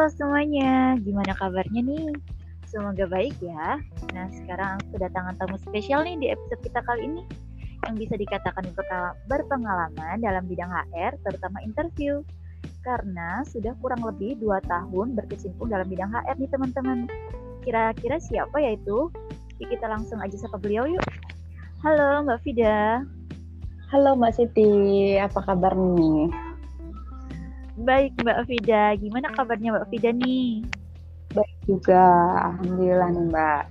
semuanya, gimana kabarnya nih? Semoga baik ya. Nah, sekarang aku kedatangan tamu spesial nih di episode kita kali ini yang bisa dikatakan berpengalaman dalam bidang HR, terutama interview. Karena sudah kurang lebih 2 tahun berkecimpung dalam bidang HR nih teman-teman. Kira-kira siapa ya itu? Kita langsung aja sapa beliau yuk. Halo Mbak Fida. Halo Mbak Siti, apa kabar nih? Baik Mbak Fida, gimana kabarnya Mbak Fida nih? Baik juga, alhamdulillah nih Mbak.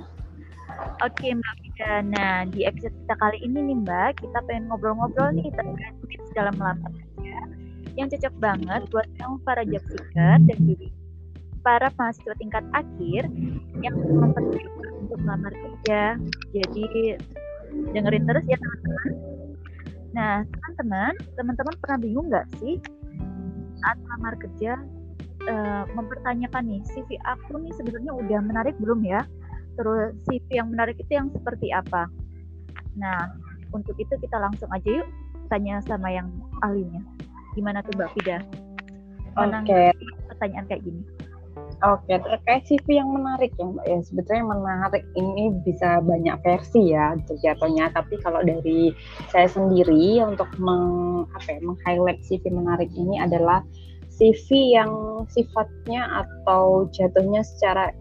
Oke Mbak Fida, nah di episode kita kali ini nih Mbak, kita pengen ngobrol-ngobrol nih terkait tips dalam melamar kerja yang cocok banget buat kamu para job seeker dan juga para mahasiswa tingkat akhir yang mempersiapkan untuk melamar kerja. Jadi dengerin terus ya teman-teman. Nah teman-teman pernah bingung nggak sih saat melamar kerja mempertanyakan nih CV aku nih sebenarnya udah menarik belum ya? Terus CV yang menarik itu yang seperti apa? Nah, untuk itu kita langsung aja yuk tanya sama yang ahlinya. Gimana tuh Mbak Fida? Oke. Pertanyaan kayak gini. Oke, terkait CV yang menarik ya Mbak ya. Sebetulnya menarik ini bisa banyak versi ya jatuhnya. Tapi kalau dari saya sendiri untuk meng-highlight CV menarik ini adalah CV yang sifatnya atau jatuhnya secara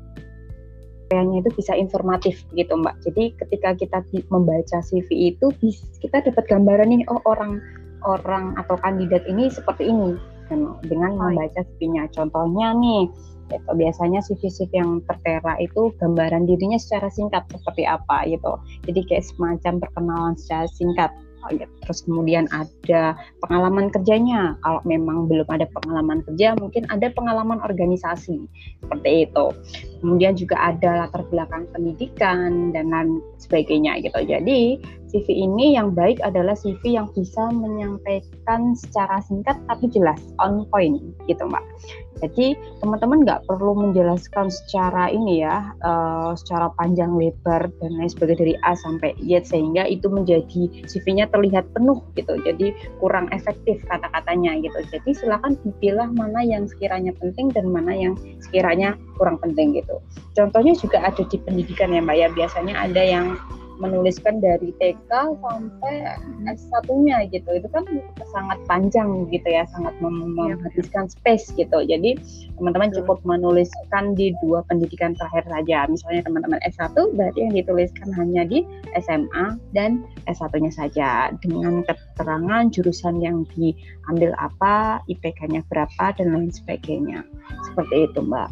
itu bisa informatif gitu Mbak. Jadi ketika kita membaca CV itu kita dapat gambaran nih, oh orang atau kandidat ini seperti ini dengan membaca CV-nya. Contohnya nih, gitu. Biasanya CV-CV yang tertera itu gambaran dirinya secara singkat seperti apa gitu. Jadi kayak semacam perkenalan secara singkat. Terus kemudian ada pengalaman kerjanya. Kalau memang belum ada pengalaman kerja, mungkin ada pengalaman organisasi seperti itu. Kemudian juga ada latar belakang pendidikan dan lain sebagainya gitu. Jadi CV ini yang baik adalah CV yang bisa menyampaikan secara singkat tapi jelas, on point gitu Mbak. Jadi teman-teman nggak perlu menjelaskan secara secara panjang lebar dan lain sebagainya dari A sampai Y sehingga itu menjadi CV-nya terlihat penuh gitu. Jadi kurang efektif kata-katanya gitu. Jadi silakan dipilah mana yang sekiranya penting dan mana yang sekiranya kurang penting gitu. Contohnya juga ada di pendidikan ya Mbak ya. Biasanya ada yang menuliskan dari TK sampai S1-nya gitu. Itu kan sangat panjang gitu ya, sangat menghabiskan space gitu. Jadi teman-teman cukup menuliskan di 2 pendidikan terakhir saja. Misalnya teman-teman S1 berarti yang dituliskan hanya di SMA dan S1-nya saja dengan keterangan jurusan yang diambil apa, IPK-nya berapa dan lain sebagainya. Seperti itu, Mbak.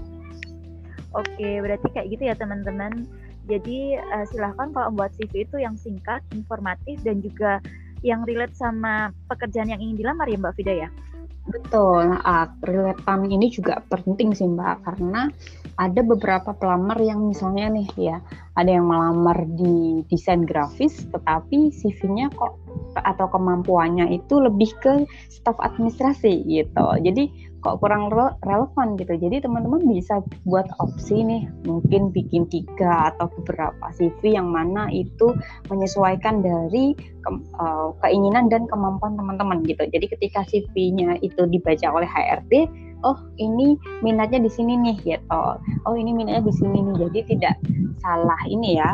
Oke, berarti kayak gitu ya teman-teman. Jadi silahkan kalau membuat CV itu yang singkat, informatif, dan juga yang relate sama pekerjaan yang ingin dilamar ya Mbak Fida ya? Betul, relate ini juga penting sih Mbak, karena ada beberapa pelamar yang misalnya nih ya, ada yang melamar di desain grafis, tetapi CV-nya kok atau kemampuannya itu lebih ke staf administrasi gitu. Jadi kok kurang relevan gitu. Jadi teman-teman bisa buat opsi nih, mungkin bikin 3 atau beberapa CV yang mana itu menyesuaikan dari keinginan dan kemampuan teman-teman gitu. Jadi ketika CV-nya itu dibaca oleh HRD, oh ini minatnya di sini nih gitu. Oh ini minatnya di sini nih. Jadi tidak salah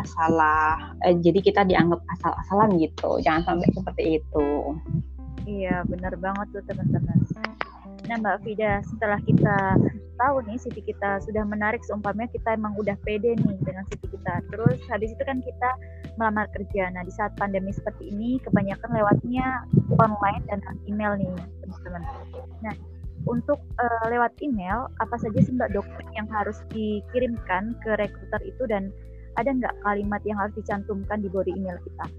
jadi kita dianggap asal-asalan gitu. Jangan sampai seperti itu. Iya, benar banget tuh teman-teman. Nah Mbak Fida, setelah kita tahu nih CV kita sudah menarik, seumpamanya kita emang udah pede nih dengan CV kita. Terus habis itu kan kita melamar kerja. Nah di saat pandemi seperti ini, kebanyakan lewatnya online dan email nih teman-teman. Nah untuk lewat email, apa saja sih Mbak dokumen yang harus dikirimkan ke rekruter itu dan ada nggak kalimat yang harus dicantumkan di body email kita?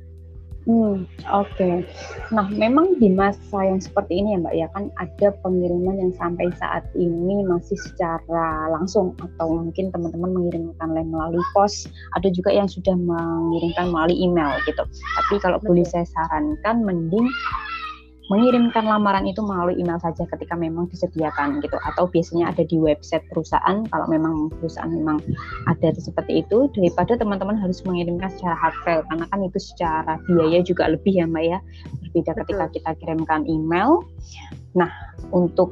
Oke. Nah, memang di masa yang seperti ini ya Mbak ya, kan ada pengiriman yang sampai saat ini masih secara langsung atau mungkin teman-teman mengirimkan melalui pos, ada juga yang sudah mengirimkan melalui email gitu. Tapi kalau boleh saya sarankan mending mengirimkan lamaran itu melalui email saja ketika memang disediakan gitu, atau biasanya ada di website perusahaan kalau memang perusahaan memang ada seperti itu, daripada teman-teman harus mengirimkan secara hard file karena kan itu secara biaya juga lebih ya Mbak ya, berbeda ketika kita kirimkan email. Nah untuk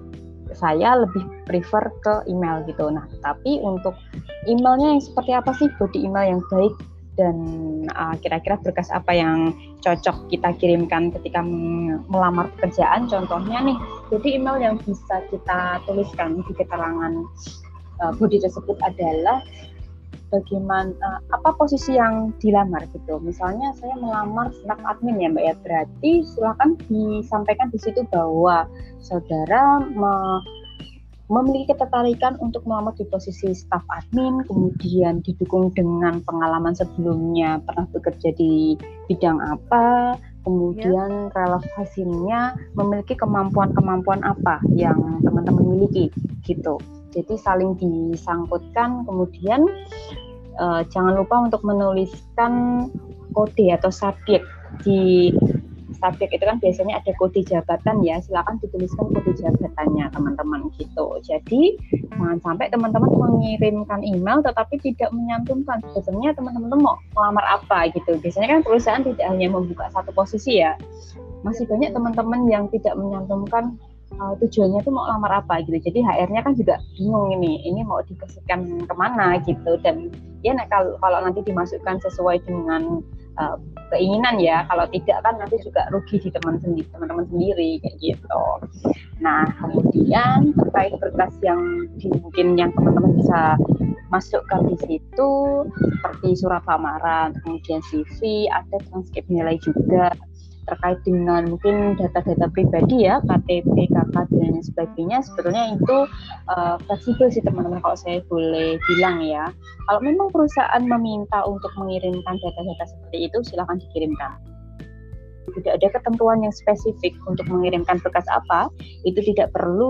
saya lebih prefer ke email gitu. Nah, tapi untuk emailnya yang seperti apa sih, body email yang baik dan kira-kira berkas apa yang cocok kita kirimkan ketika melamar pekerjaan? Contohnya nih, body email yang bisa kita tuliskan di keterangan body tersebut adalah bagaimana apa posisi yang dilamar gitu. Misalnya saya melamar staf admin ya Mbak ya, berarti silakan disampaikan di situ bahwa saudara memiliki ketertarikan untuk melamar di posisi staf admin, kemudian didukung dengan pengalaman sebelumnya pernah bekerja di bidang apa, kemudian relevansinya memiliki kemampuan-kemampuan apa yang teman-teman miliki gitu. Jadi saling disangkutkan, kemudian jangan lupa untuk menuliskan kode atau subjek. Di subjek itu kan biasanya ada kode jabatan ya, silakan dituliskan kode jabatannya teman-teman gitu. Jadi jangan sampai teman-teman mengirimkan email tetapi tidak menyantumkan sebenarnya teman-teman mau melamar apa gitu. Biasanya kan perusahaan tidak hanya membuka satu posisi ya, masih banyak teman-teman yang tidak menyantumkan tujuannya itu mau lamar apa gitu. Jadi HR-nya kan juga bingung ini mau dikasihkan kemana gitu. Dan ya kalau nanti dimasukkan sesuai dengan keinginan ya, kalau tidak kan nanti juga rugi di teman-teman sendiri kayak gitu. Nah, kemudian terkait berkas yang mungkin yang teman-teman bisa masukkan di situ seperti surat lamaran, kemudian CV, ada transkrip nilai juga terkait dengan mungkin data-data pribadi ya, KTP, KK dan lain sebagainya. Sebetulnya itu fleksibel sih teman-teman kalau saya boleh bilang ya. Kalau memang perusahaan meminta untuk mengirimkan data-data seperti itu, silakan dikirimkan. Tidak ada ketentuan yang spesifik untuk mengirimkan berkas apa, itu tidak perlu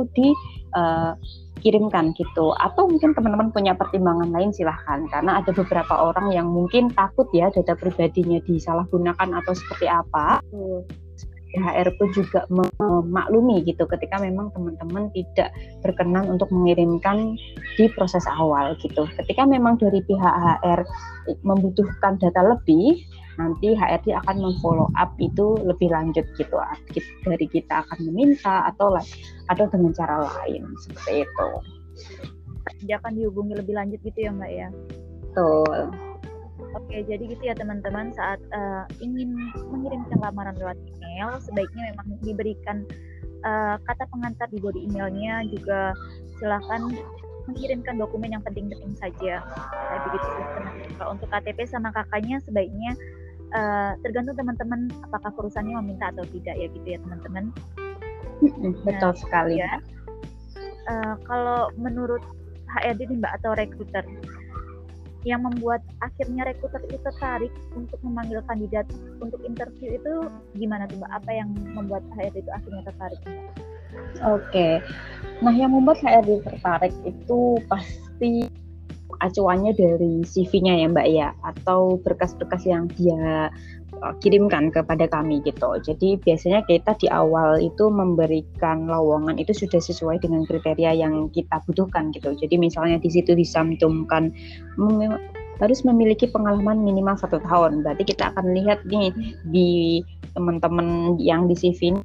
dikirimkan gitu. Atau mungkin teman-teman punya pertimbangan lain, silahkan. Karena ada beberapa orang yang mungkin takut ya data pribadinya disalahgunakan atau seperti apa. HR pun juga memaklumi gitu ketika memang teman-teman tidak berkenan untuk mengirimkan di proses awal gitu. Ketika memang dari pihak HR membutuhkan data lebih, nanti HRD akan memfollow up itu lebih lanjut gitu. Dari kita akan meminta atau dengan cara lain seperti itu. Dia akan dihubungi lebih lanjut gitu ya Mbak ya? Betul. Oke, jadi gitu ya teman-teman, saat ingin mengirimkan lamaran lewat email, sebaiknya memang diberikan kata pengantar di body emailnya, juga silakan mengirimkan dokumen yang penting-penting saja. Kayak begitu sih teman-teman. Kalau untuk KTP sama KK-nya sebaiknya tergantung teman-teman apakah perusahaannya meminta atau tidak ya gitu ya teman-teman. Betul sekali. Ya. Kalau menurut HRD nih Mbak atau rekruter, yang membuat akhirnya rekruter itu tertarik untuk memanggil kandidat untuk interview itu gimana tuh Mbak? Apa yang membuat HRD itu akhirnya tertarik Mbak? Oke, nah yang membuat HRD tertarik itu pasti acuannya dari CV-nya ya Mbak ya, atau berkas-berkas yang dia kirimkan kepada kami gitu. Jadi biasanya kita di awal itu memberikan lowongan itu sudah sesuai dengan kriteria yang kita butuhkan gitu. Jadi misalnya di situ disantumkan harus memiliki pengalaman minimal 1 tahun. Berarti kita akan lihat nih di teman-teman yang di CV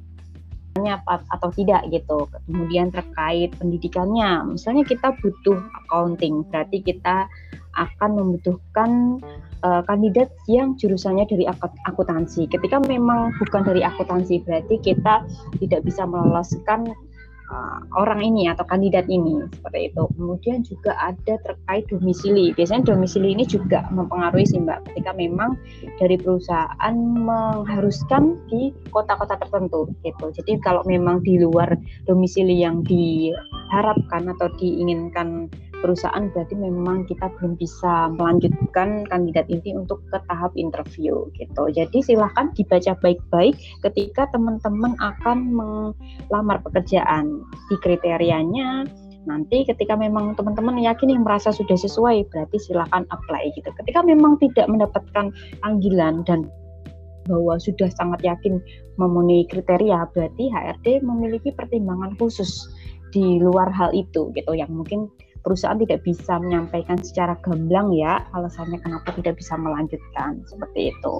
atau tidak gitu. Kemudian terkait pendidikannya, misalnya kita butuh accounting, berarti kita akan membutuhkan kandidat yang jurusannya dari akuntansi. Ketika memang bukan dari akuntansi, berarti kita tidak bisa meloloskan orang ini atau kandidat ini, seperti itu. Kemudian juga ada terkait domisili. Biasanya domisili ini juga mempengaruhi sih Mbak, ketika memang dari perusahaan mengharuskan di kota-kota tertentu gitu. Jadi kalau memang di luar domisili yang diharapkan atau diinginkan perusahaan, berarti memang kita belum bisa melanjutkan kandidat ini untuk ke tahap interview gitu. Jadi silahkan dibaca baik-baik ketika teman-teman akan melamar pekerjaan. Di kriterianya nanti ketika memang teman-teman yakin yang merasa sudah sesuai, berarti silahkan apply gitu. Ketika memang tidak mendapatkan panggilan dan bahwa sudah sangat yakin memenuhi kriteria, berarti HRD memiliki pertimbangan khusus di luar hal itu gitu, yang mungkin perusahaan tidak bisa menyampaikan secara gamblang ya alasannya kenapa tidak bisa melanjutkan, seperti itu.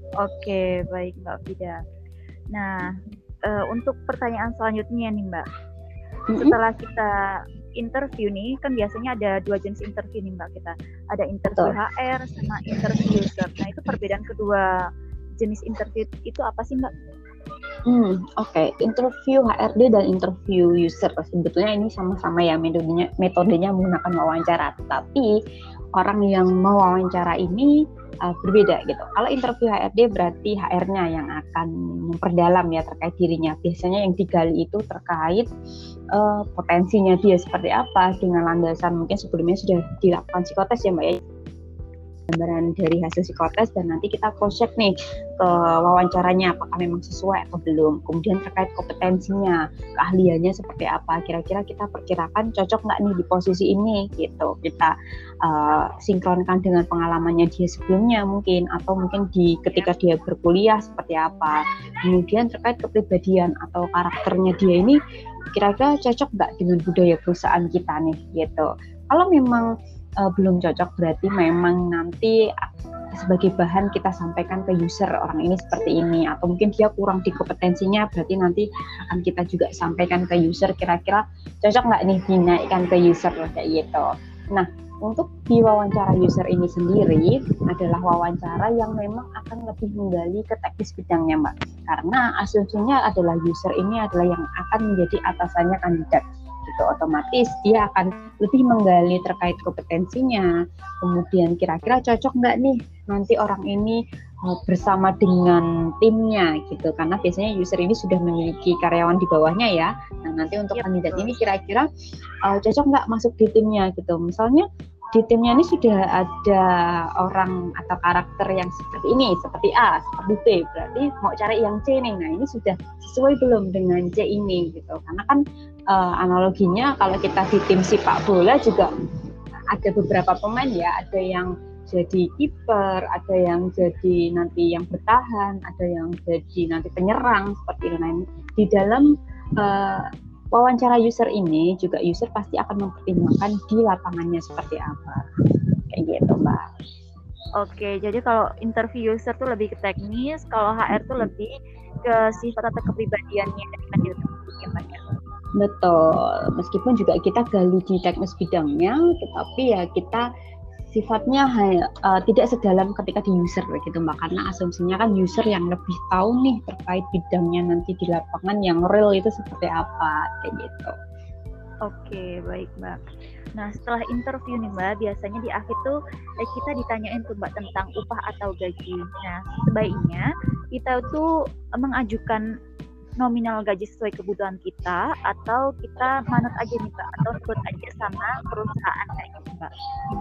Oke, baik Mbak Fida. Nah, untuk pertanyaan selanjutnya nih Mbak, setelah kita interview nih, kan biasanya ada 2 jenis interview nih Mbak kita. Ada interview Betul. HR sama interview user. Nah, itu perbedaan kedua jenis interview itu apa sih Mbak? Oke. Interview HRD dan interview user sebetulnya ini sama-sama ya, metodenya menggunakan wawancara, tapi orang yang mewawancara ini berbeda gitu. Kalau interview HRD berarti HR-nya yang akan memperdalam ya terkait dirinya. Biasanya yang digali itu terkait potensinya dia seperti apa, dengan landasan mungkin sebelumnya sudah dilakukan psikotes ya Mbak ya, gambaran dari hasil psikotes, dan nanti kita cross check nih ke wawancaranya apakah memang sesuai atau belum. Kemudian terkait kompetensinya, keahliannya seperti apa, kira-kira kita perkirakan cocok nggak nih di posisi ini gitu. Kita sinkronkan dengan pengalamannya dia sebelumnya mungkin, atau mungkin ketika dia berkuliah seperti apa. Kemudian terkait kepribadian atau karakternya dia ini kira-kira cocok nggak dengan budaya perusahaan kita nih gitu. Kalau memang belum cocok, berarti memang nanti sebagai bahan kita sampaikan ke user, orang ini seperti ini, atau mungkin dia kurang di kompetensinya, berarti nanti akan kita juga sampaikan ke user, kira-kira cocok nggak nih dinaikkan ke user kayak gitu. Nah, untuk di wawancara user ini sendiri adalah wawancara yang memang akan lebih menggali ke teknis bidangnya Mbak, karena asumsinya adalah user ini adalah yang akan menjadi atasannya kandidat gitu. Otomatis dia akan lebih menggali terkait kompetensinya, kemudian kira-kira cocok nggak nih nanti orang ini bersama dengan timnya gitu, karena biasanya user ini sudah memiliki karyawan di bawahnya ya. Nah, nanti untuk kandidat ini kira-kira cocok nggak masuk di timnya gitu. Misalnya di timnya ini sudah ada orang atau karakter yang seperti ini, seperti A, seperti B, berarti mau cari yang C nih. Nah, ini sudah sesuai belum dengan C ini gitu. Karena kan analoginya kalau kita di tim sepak bola juga ada beberapa pemain ya, ada yang jadi kiper, ada yang jadi nanti yang bertahan, ada yang jadi nanti penyerang seperti itu. Nah, di dalam wawancara user ini juga user pasti akan mempertimbangkan di lapangannya seperti apa, kayak gitu Mbak. Oke, jadi kalau interview user tuh lebih ke teknis, kalau HR tuh lebih ke sifat atau kepribadiannya dari kandidat ya Mbak ya. Betul, meskipun juga kita gali di teknis bidangnya, tetapi ya kita sifatnya tidak sedalam ketika di user gitu Mbak, karena asumsinya kan user yang lebih tahu nih terkait bidangnya nanti di lapangan yang real itu seperti apa, kayak gitu. Oke, baik Mbak. Nah, setelah interview nih Mbak, biasanya di akhir tuh kita ditanyain tuh Mbak tentang upah atau gaji. Nah, sebaiknya kita tuh mengajukan nominal gaji sesuai kebutuhan kita, atau kita manut aja nih Mbak, atau ikut aja sama perusahaan kayak gitu Mbak.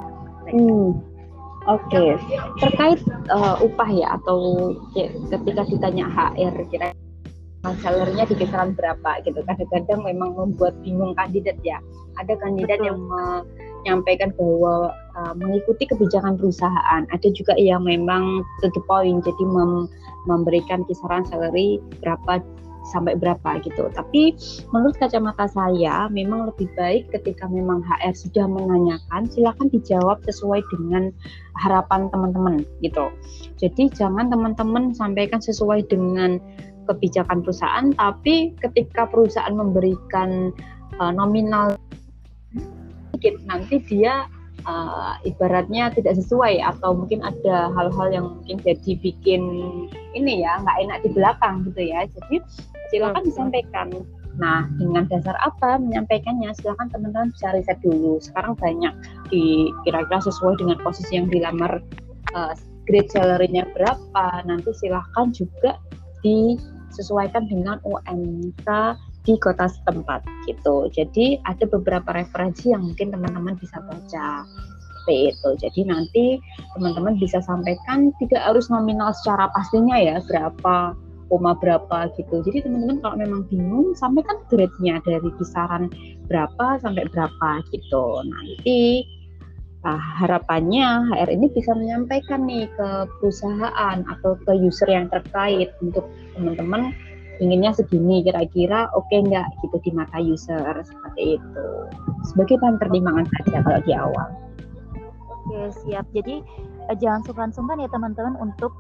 Oke. Terkait upah ya, atau ketika ditanya HR kira salary-nya di kisaran berapa gitu, kadang-kadang memang membuat bingung kandidat ya. Ada kandidat yang menyampaikan bahwa mengikuti kebijakan perusahaan, ada juga yang memang to the point, jadi memberikan kisaran salary berapa sampai berapa gitu. Tapi menurut kacamata saya memang lebih baik ketika memang HR sudah menanyakan, silakan dijawab sesuai dengan harapan teman-teman gitu. Jadi jangan teman-teman sampaikan sesuai dengan kebijakan perusahaan, tapi ketika perusahaan memberikan nominal sedikit, nanti dia ibaratnya tidak sesuai, atau mungkin ada hal-hal yang mungkin jadi bikin ini ya nggak enak di belakang gitu ya. Jadi silakan disampaikan. Nah, dengan dasar apa menyampaikannya? Silakan teman-teman bisa riset dulu. Sekarang banyak kira-kira sesuai dengan posisi yang dilamar, grade salary-nya berapa. Nanti silakan juga disesuaikan dengan UMK di kota setempat gitu. Jadi ada beberapa referensi yang mungkin teman-teman bisa baca seperti itu. Jadi nanti teman-teman bisa sampaikan, tidak harus nominal secara pastinya ya berapa, berapa gitu. Jadi teman-teman kalau memang bingung, sampaikan grade-nya dari kisaran berapa sampai berapa gitu. Nanti harapannya HR ini bisa menyampaikan nih ke perusahaan atau ke user yang terkait, untuk teman-teman inginnya segini, kira-kira oke nggak gitu di mata user, seperti itu. Sebagai bahan pertimbangan saja kalau di awal. Oke, siap. Jadi jangan sungkan-sungkan ya teman-teman untuk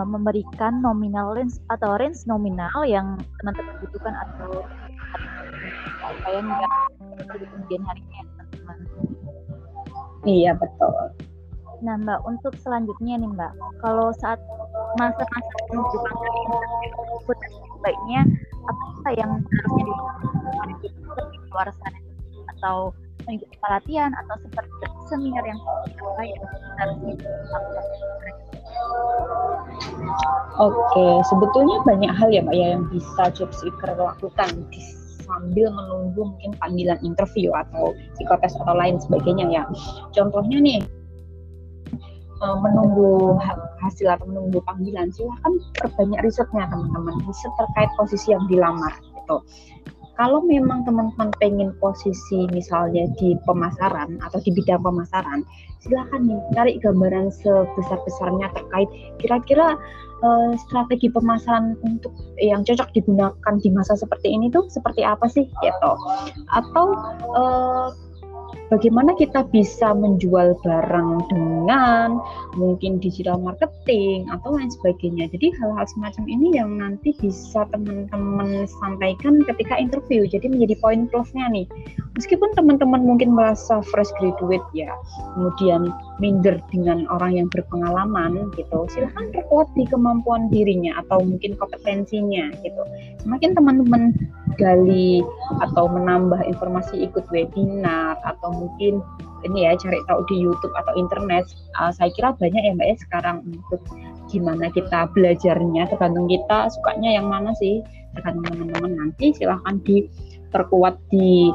memberikan nominal range atau range nominal yang teman-teman butuhkan atau supaya nggak di kemudian harinya ya, teman-teman. Iya betul. Nah Mbak, untuk selanjutnya nih Mbak, kalau saat masa-masa menuju panggilan interview, sebaiknya apa yang harusnya dilakukan di luar sana, atau mengikuti pelatihan atau seperti seminar yang apa yang harusnya dilakukan? Oke, sebetulnya banyak hal ya Mbak ya yang bisa job seeker lakukan sambil menunggu mungkin panggilan interview atau psikotes atau lain sebagainya ya. Contohnya nih, menunggu hasil atau menunggu panggilan, silahkan perbanyak risetnya teman-teman, riset terkait posisi yang dilamar gitu. Kalau memang teman-teman pengen posisi misalnya di pemasaran atau di bidang pemasaran, silakan nih cari gambaran sebesar-besarnya terkait kira-kira strategi pemasaran untuk yang cocok digunakan di masa seperti ini tuh seperti apa sih gitu. Atau bagaimana kita bisa menjual barang dengan mungkin digital marketing atau lain sebagainya. Jadi hal-hal semacam ini yang nanti bisa teman-teman sampaikan ketika interview. Jadi menjadi poin plusnya nih. Meskipun teman-teman mungkin merasa fresh graduate ya, kemudian minder dengan orang yang berpengalaman gitu, silahkan perkuat di kemampuan dirinya atau mungkin kompetensinya gitu. Semakin teman-teman gali atau menambah informasi ikut webinar atau mungkin ini ya cari tahu di YouTube atau internet, saya kira banyak ya Mbak ya sekarang untuk gimana kita belajarnya, tergantung kita sukanya yang mana sih, tergantung teman-teman. Nanti silahkan diperkuat di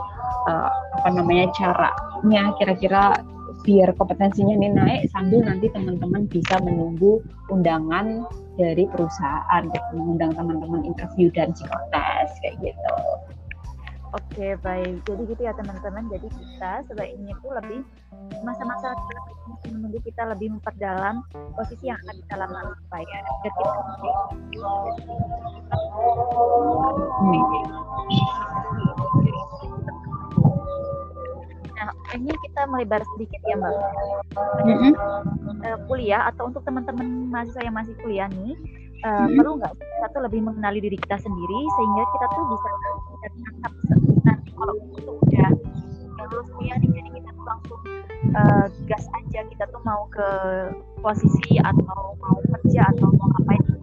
caranya kira-kira biar kompetensinya ini naik sambil nanti teman-teman bisa menunggu undangan dari perusahaan gitu, mengundang teman-teman interview dan psikotes kayak gitu. Oke, baik. Jadi gitu ya teman-teman. Jadi kita sebaiknya itu lebih masa-masa menunggu kita lebih memperdalam posisi yang akan kita lamar supaya kita Nah, ini kita melebar sedikit ya Mbak. Kuliah atau untuk teman-teman mahasiswa yang masih kuliah nih, perlu nggak kita tuh lebih mengenali diri kita sendiri sehingga kita tuh bisa menangkap nanti kalau itu udah lulus kuliah nih, jadi kita tuh langsung gas aja, kita tuh mau ke posisi atau mau kerja atau mau ngapain gitu.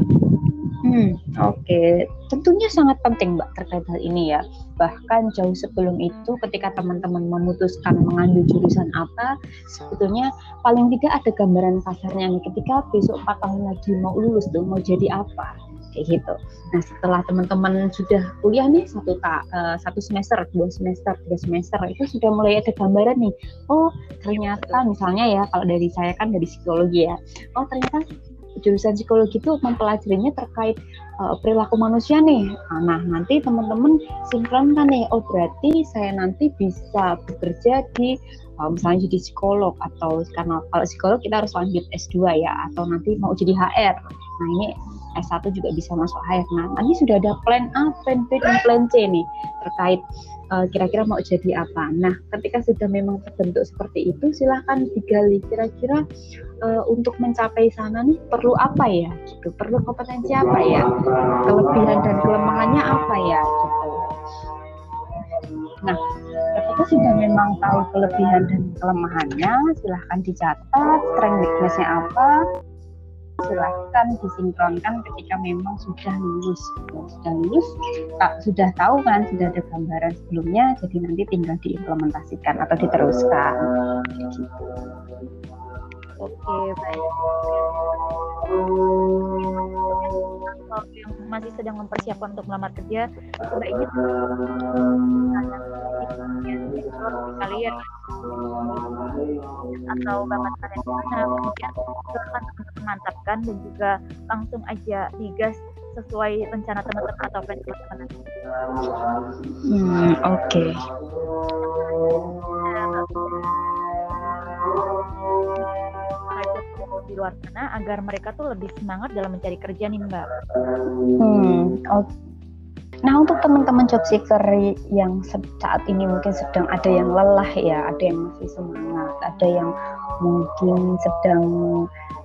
Oke. Tentunya sangat penting Mbak terkait hal ini ya. Bahkan jauh sebelum itu ketika teman-teman memutuskan mengambil jurusan apa, sebetulnya paling tidak ada gambaran kasarnya nih ketika besok 4 tahun lagi mau lulus tuh mau jadi apa kayak gitu. Nah setelah teman-teman sudah kuliah nih 1 semester, 2 semester, 3 semester itu sudah mulai ada gambaran nih. Oh ternyata misalnya ya kalau dari saya kan dari psikologi ya. Oh ternyata jurusan psikologi itu mempelajarinya terkait perilaku manusia nih. Nah, nanti teman-teman sinkronkan nih. Oh, berarti saya nanti bisa bekerja di misalnya jadi psikolog atau karena kalau psikolog kita harus lanjut S2 ya atau nanti mau jadi HR. Nah, ini S1 juga bisa masuk HR. Nah, nanti sudah ada plan A, plan B, dan plan C nih terkait kira-kira mau jadi apa. Nah, ketika sudah memang terbentuk seperti itu, silahkan digali kira-kira untuk mencapai sana nih perlu apa ya gitu, perlu kompetensi apa ya, kelebihan dan kelemahannya apa ya gitu. Nah, ketika sudah memang tahu kelebihan dan kelemahannya, silahkan dicatat strength weakness-nya apa, silahkan disinkronkan ketika memang sudah lulus. Sudah tahu kan, sudah ada gambaran sebelumnya, jadi nanti tinggal diimplementasikan atau diteruskan gitu. Oke, baik. Kalau yang masih sedang mempersiapkan untuk melamar kerja, sebaiknya kalian atau bakat kalian mana, kemudian silahkan mantapkan dan juga langsung aja digas sesuai rencana teman-teman atau plan teman-teman. Oke. Di luar sana agar mereka tuh lebih semangat dalam mencari kerja nih Mbak. Okay. Nah untuk teman-teman job seeker yang saat ini mungkin sedang ada yang lelah ya, ada yang masih semangat, ada yang mungkin sedang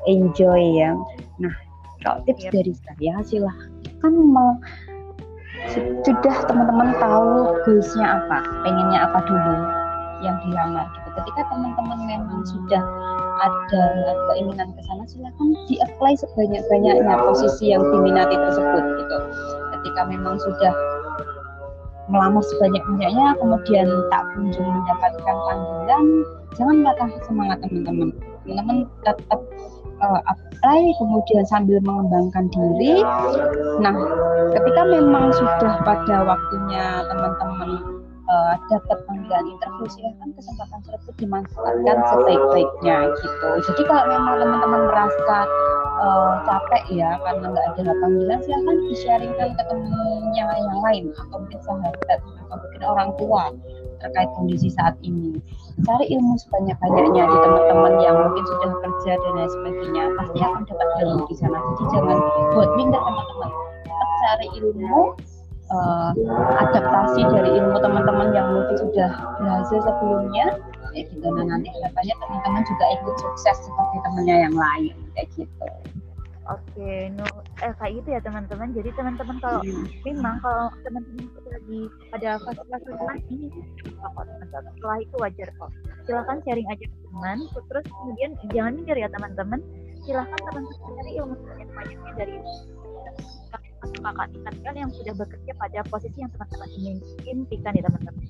enjoy ya. Nah kalau tips dari saya silahkan sudah teman-teman tahu goalsnya apa, pengennya apa dulu yang dilamar gitu. Ketika teman-teman memang sudah ada keinginan ke sana, silakan di-apply sebanyak-banyaknya posisi yang diminati tersebut gitu. Ketika memang sudah melamar sebanyak-banyaknya kemudian tak kunjung mendapatkan panggilan, jangan patah semangat teman-teman. Teman-teman tetap apply, kemudian sambil mengembangkan diri. Nah, ketika memang sudah pada waktunya teman-teman dapat panggilan interview, silahkan kesempatan tersebut dimanfaatkan sebaik-baiknya gitu. Jadi kalau memang teman-teman merasa capek ya karena nggak ada panggilan, silahkan di-sharingkan ke temennya yang lain atau mungkin sahabat atau mungkin orang tua terkait kondisi saat ini. Cari ilmu sebanyak-banyaknya di teman-teman yang mungkin sudah kerja dan lain sebagainya, pasti akan dapat ilmu di sana. Jadi jangan buat minder teman-teman, tetap cari ilmu, adaptasi dari ilmu teman-teman yang mungkin sudah berhasil sebelumnya kayak gitu. Nah, nanti harapannya teman-teman juga ikut sukses seperti temannya yang lain kayak gitu. Oke, kayak gitu ya teman-teman. Jadi teman-teman kalau memang kalau teman-teman itu lagi pada fase-fase ini, teman-teman, setelah itu wajar kok. Silakan sharing aja ke teman, terus kemudian jangan mikir ya teman-teman. Silakan teman-teman cari ilmu sebanyak-banyaknya dari kakak tingkat kalian yang sudah bekerja pada posisi yang teman-teman impikan ya teman-teman.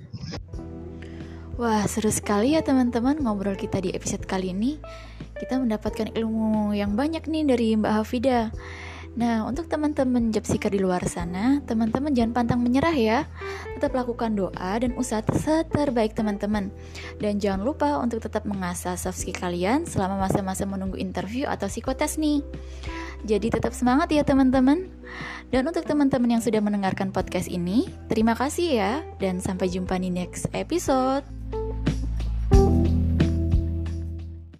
Wah, seru sekali ya teman-teman ngobrol kita di episode kali ini. Kita mendapatkan ilmu yang banyak nih dari Mbak Hafida. Nah, untuk teman-teman job seeker di luar sana, teman-teman jangan pantang menyerah ya. Tetap lakukan doa dan usaha terbaik teman-teman. Dan jangan lupa untuk tetap mengasah soft skill kalian selama masa-masa menunggu interview atau psikotes nih. Jadi tetap semangat ya teman-teman. Dan untuk teman-teman yang sudah mendengarkan podcast ini, terima kasih ya. Dan sampai jumpa di next episode.